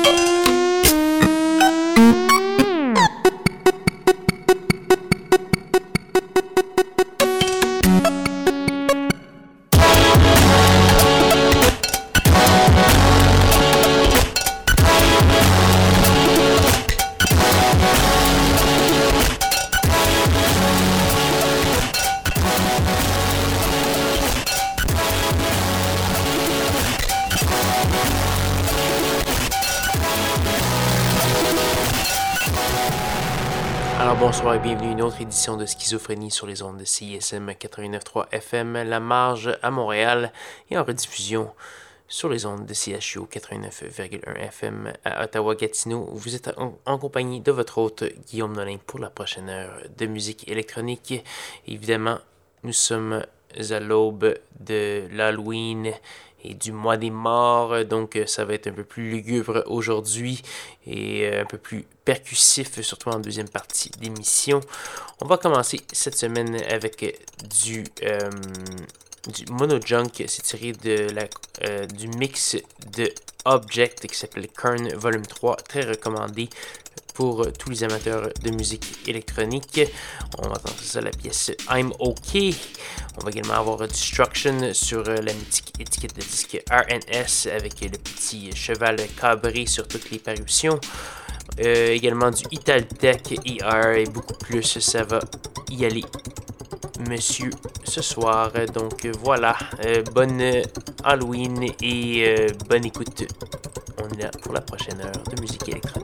Bonsoir et bienvenue à une autre édition de Schizophrénie sur les ondes de CISM 89.3 FM, La Marge à Montréal et en rediffusion sur les ondes de CHU 89.1 FM à Ottawa-Gatineau. Vous êtes en compagnie de votre hôte Guillaume Nolin pour la prochaine heure de musique électronique. Évidemment, nous sommes à l'aube de l'Halloween et du mois des morts, donc ça va être un peu plus lugubre aujourd'hui et un peu plus percussif, surtout en deuxième partie d'émission. On va commencer cette semaine avec du Monojunk. C'est tiré du mix de Object qui s'appelle Kern Volume 3, très recommandé pour tous les amateurs de musique électronique. On va entendre ça, la pièce I'm OK. On va également avoir Destruction sur la mythique étiquette de disque RNS avec le petit cheval cabré sur toutes les parutions. Également du Italtech ER et beaucoup plus. Ça va y aller, monsieur, ce soir. Donc voilà, bonne Halloween et bonne écoute. On est là pour la prochaine heure de musique électronique.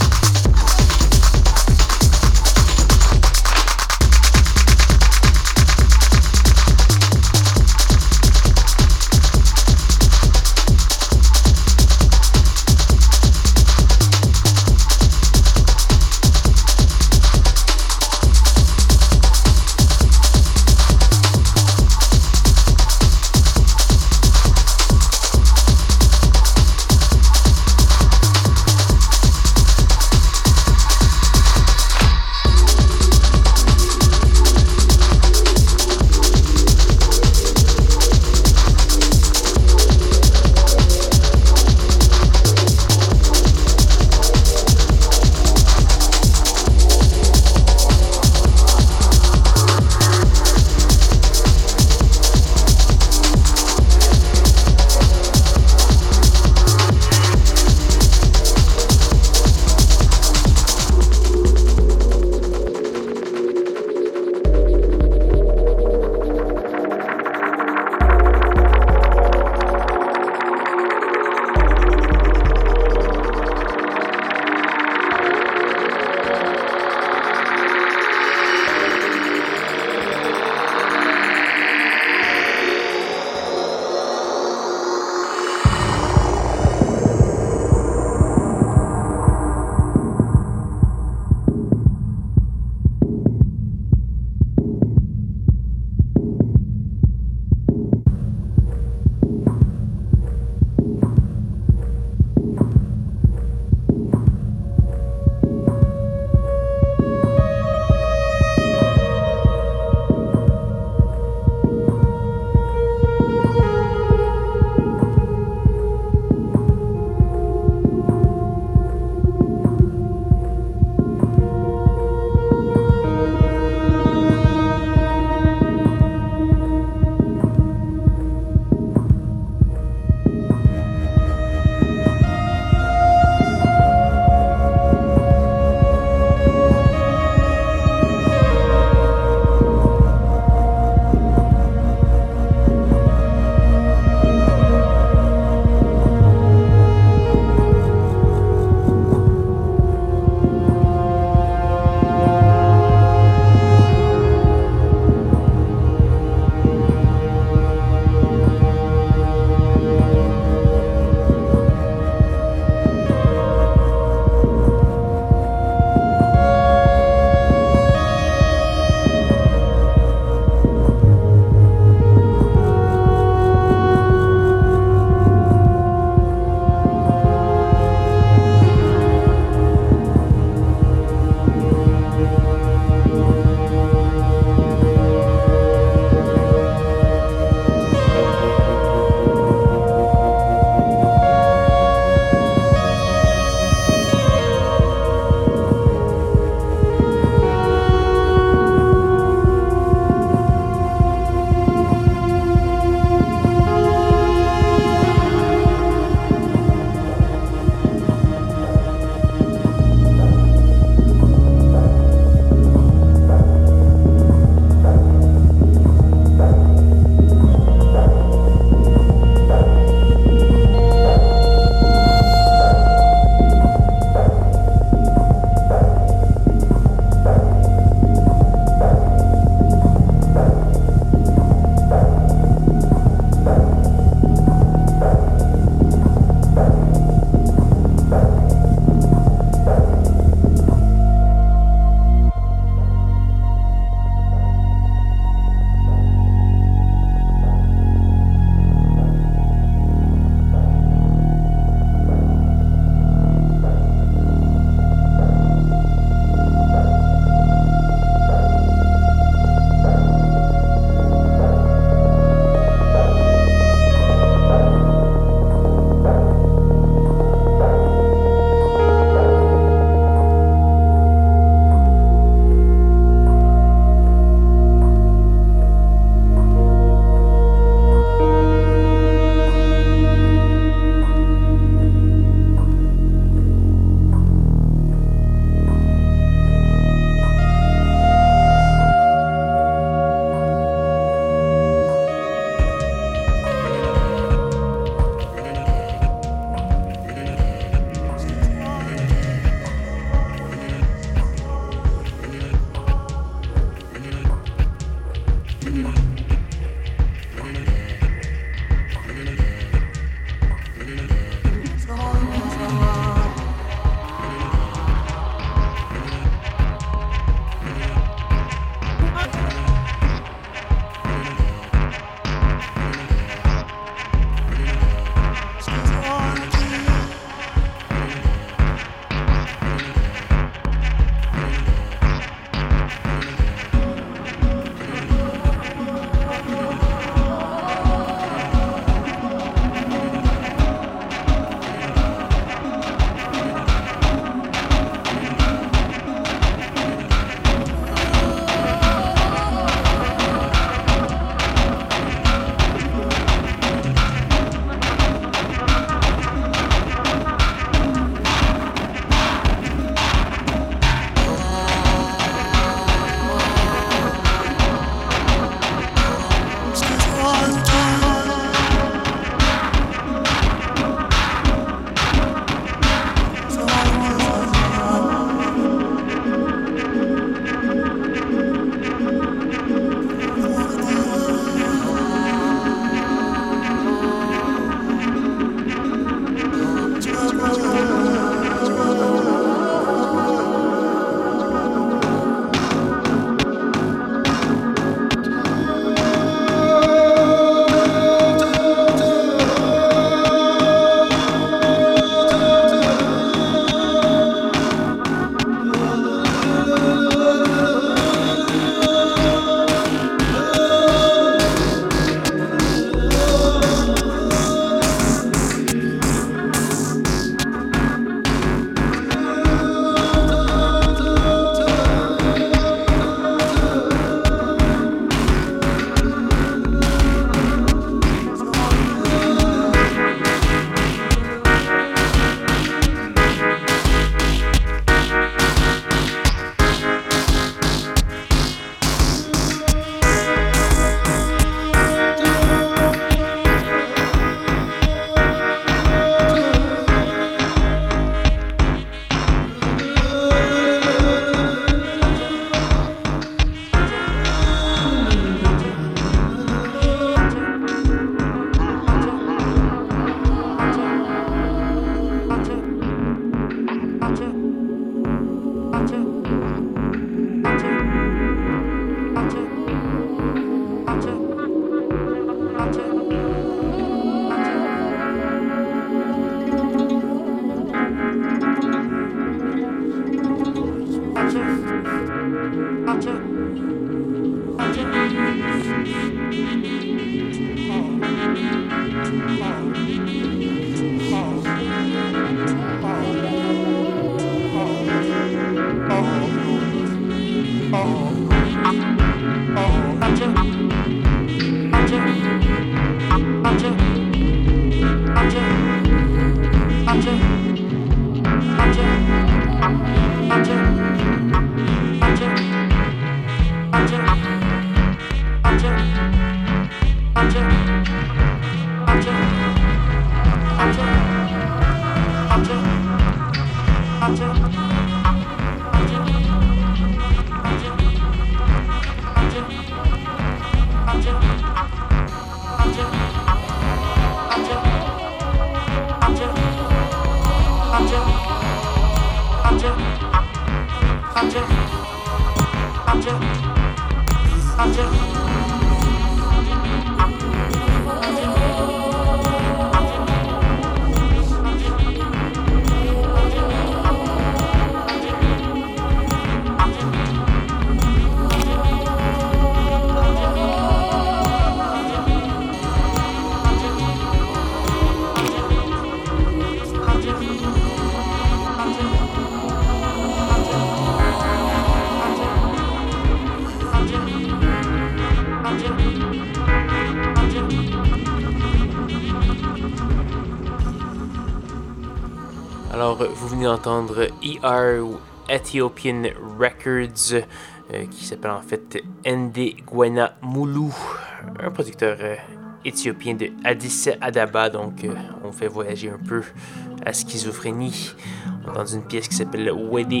Alors, vous venez d'entendre ER ou Ethiopian Records, qui s'appelle en fait Ndegwena Moulou, un producteur éthiopien de Addis Ababa. Donc, on fait voyager un peu à schizophrénie. On entend une pièce qui s'appelle Wede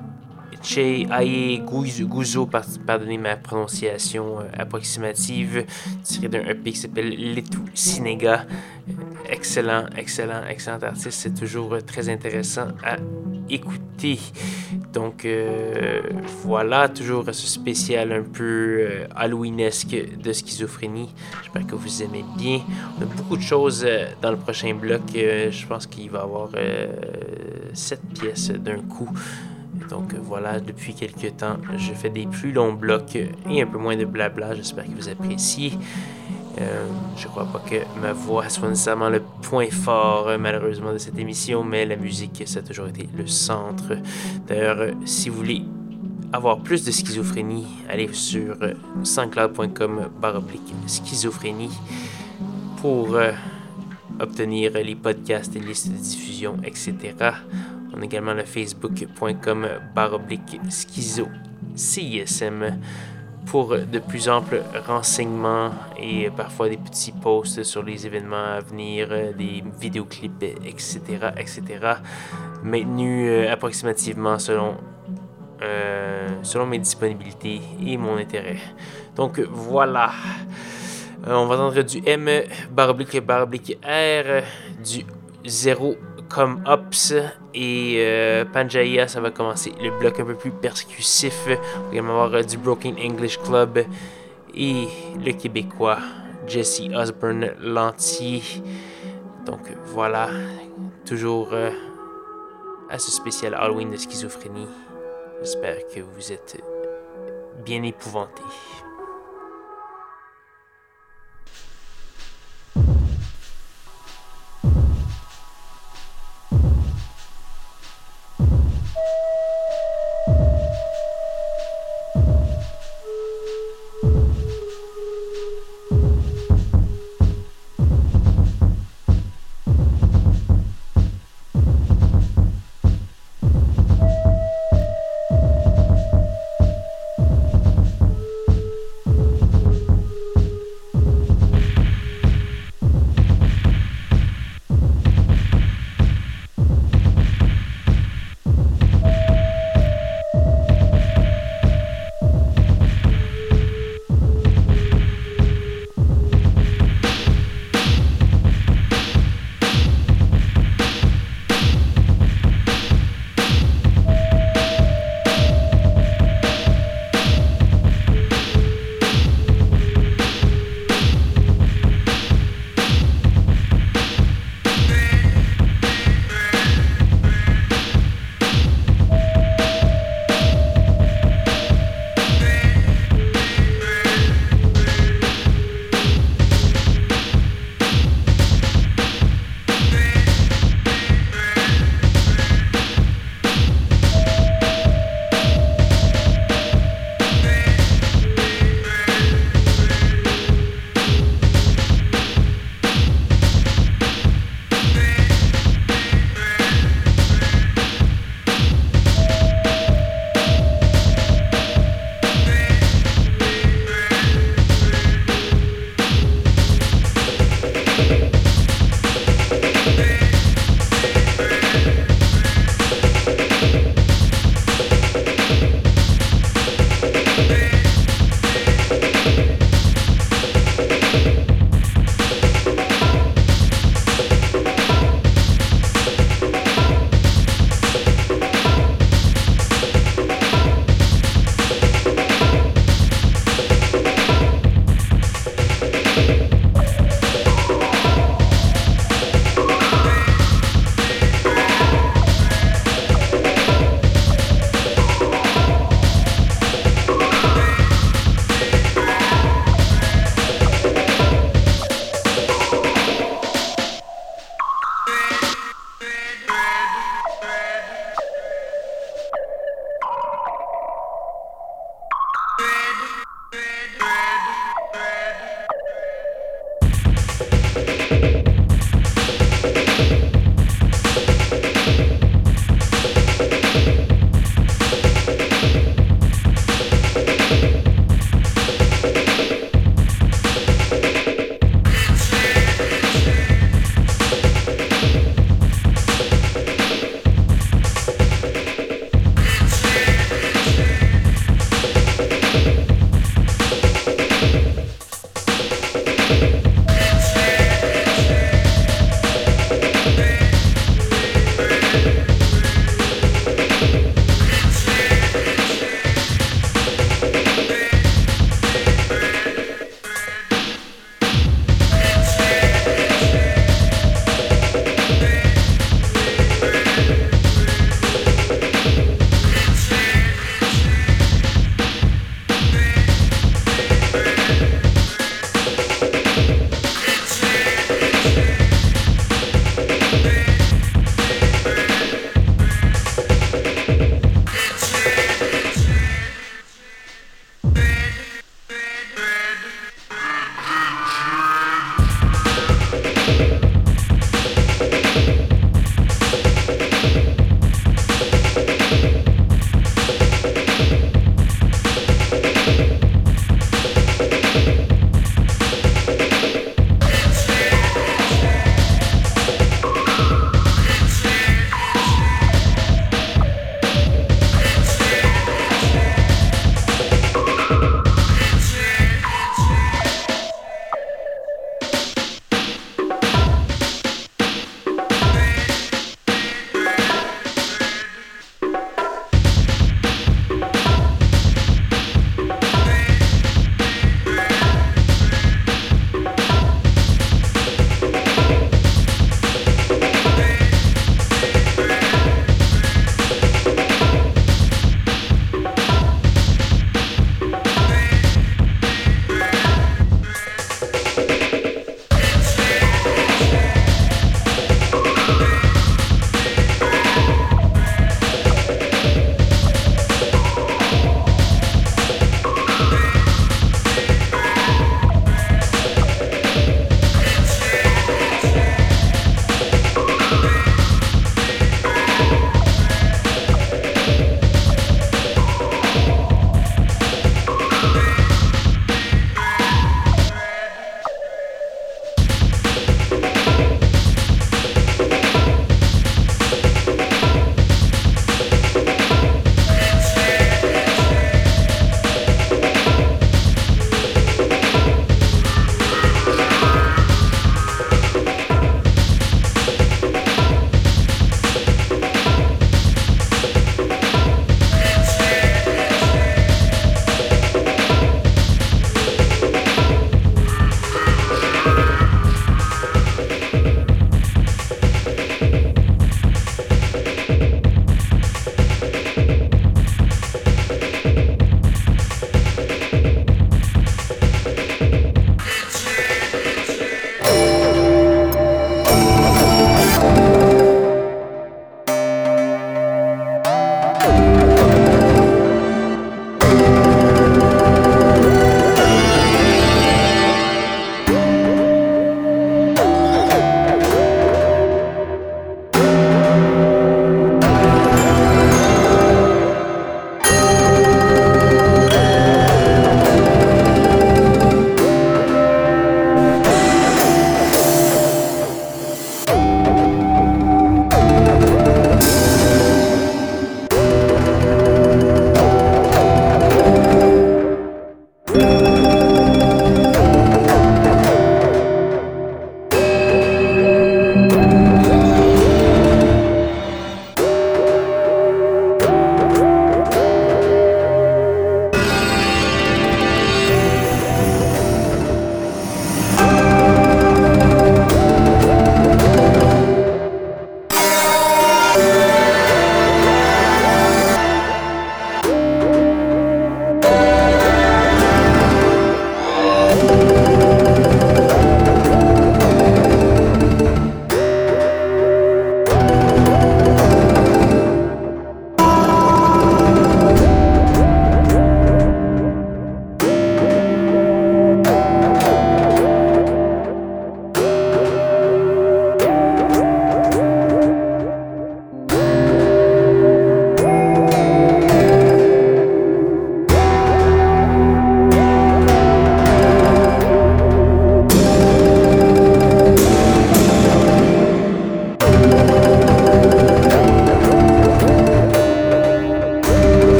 Che Aye Guzo, pardonnez ma prononciation approximative, tiré d'un EP qui s'appelle Letu Sinega. Excellent artiste, c'est toujours très intéressant à écouter. Donc voilà, toujours ce spécial un peu halloweenesque de schizophrénie. J'espère que vous aimez bien. On a beaucoup de choses dans le prochain bloc. Je pense qu'il va y avoir 7 pièces d'un coup. Donc voilà, depuis quelques temps, je fais des plus longs blocs et un peu moins de blabla. J'espère que vous appréciez. Je crois pas que ma voix soit nécessairement le point fort, malheureusement, de cette émission, mais la musique, ça a toujours été le centre. D'ailleurs, si vous voulez avoir plus de schizophrénie, allez sur soundcloud.com/schizophrénie pour obtenir les podcasts, les listes de diffusion, etc. On a également le facebook.com/schizo-CISM pour de plus amples renseignements et parfois des petits posts sur les événements à venir, des vidéoclips, etc., etc. Maintenus approximativement selon mes disponibilités et mon intérêt. Donc voilà. On va entendre du M/R, du 0 comme Ops et Panjaya. Ça va commencer le bloc un peu plus percussif. On va également avoir du Broken English Club et le Québécois Jesse Osborne Lantier. Donc voilà, toujours à ce spécial Halloween de schizophrénie. J'espère que vous êtes bien épouvantés.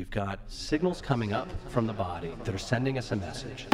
You've got signals coming up from the body that are sending us a message.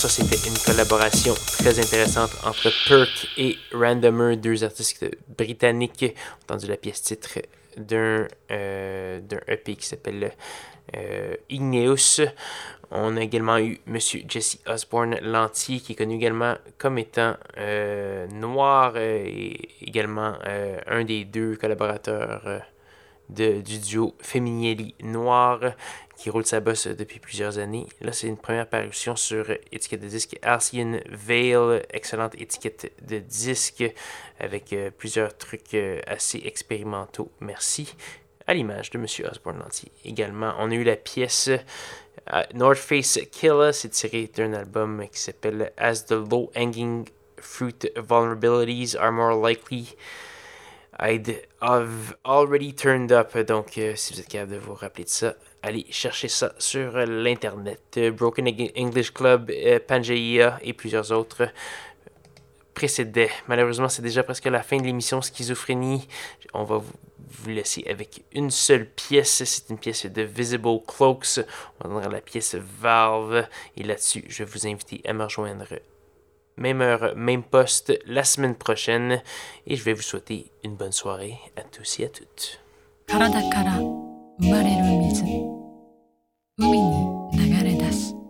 ça, c'était une collaboration très intéressante entre Perk et Randomer, deux artistes britanniques. On a entendu la pièce titre d'un EP qui s'appelle Igneous. On a également eu Monsieur Jesse Osborne Lantier, qui est connu également comme étant noir et également un des deux collaborateurs du duo Feminielli Noir, qui roule sa bosse depuis plusieurs années. Là, c'est une première parution sur étiquette de disque Alcyon Vale, excellente étiquette de disque avec plusieurs trucs assez expérimentaux. Merci. À l'image de Monsieur Osborne Lantier. Également, on a eu la pièce North Face Killer, c'est tiré d'un album qui s'appelle As the Low Hanging Fruit Vulnerabilities Are More Likely I'd have Already Turned Up. Donc, si vous êtes capable de vous rappeler de ça, allez chercher ça sur l'internet. Broken English Club, Pangaea et plusieurs autres précédaient. Malheureusement, c'est déjà presque la fin de l'émission Schizophrénie. On va vous laisser avec une seule pièce. C'est une pièce de Visible Cloaks. On va entendre la pièce Valve. Et là-dessus, je vais vous inviter à me rejoindre même heure, même poste la semaine prochaine. Et je vais vous souhaiter une bonne soirée à tous et à toutes. 体から生まれる水、海に流れ出す。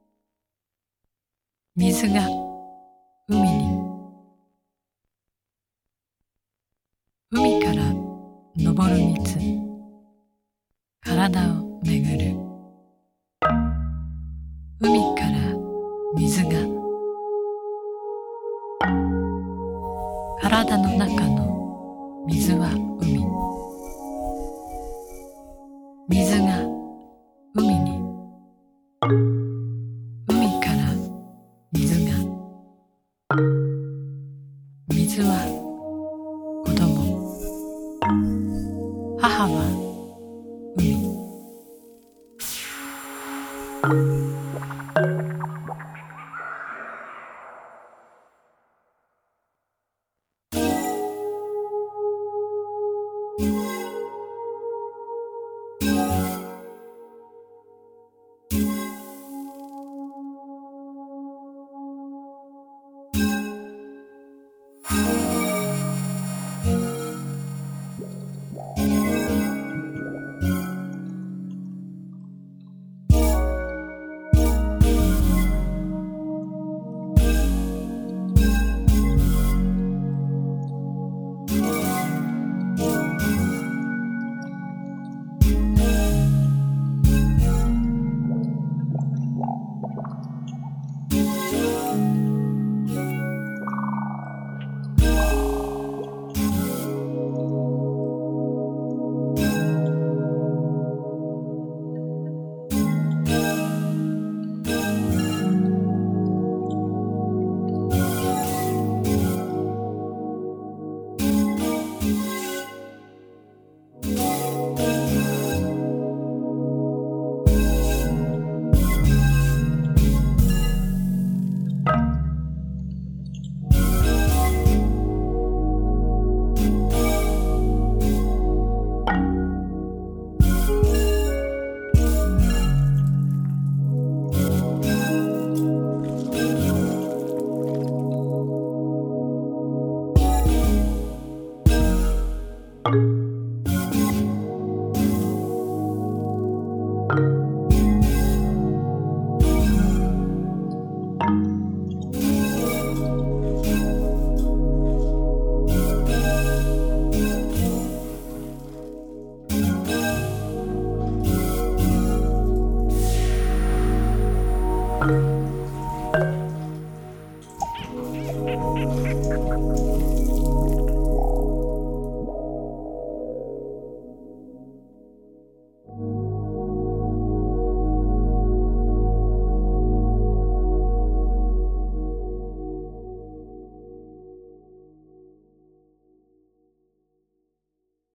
水が海に、海から昇る水、体を巡る。海から水が体の中の水は海、水が海に、海から水が、水は子供、母は海。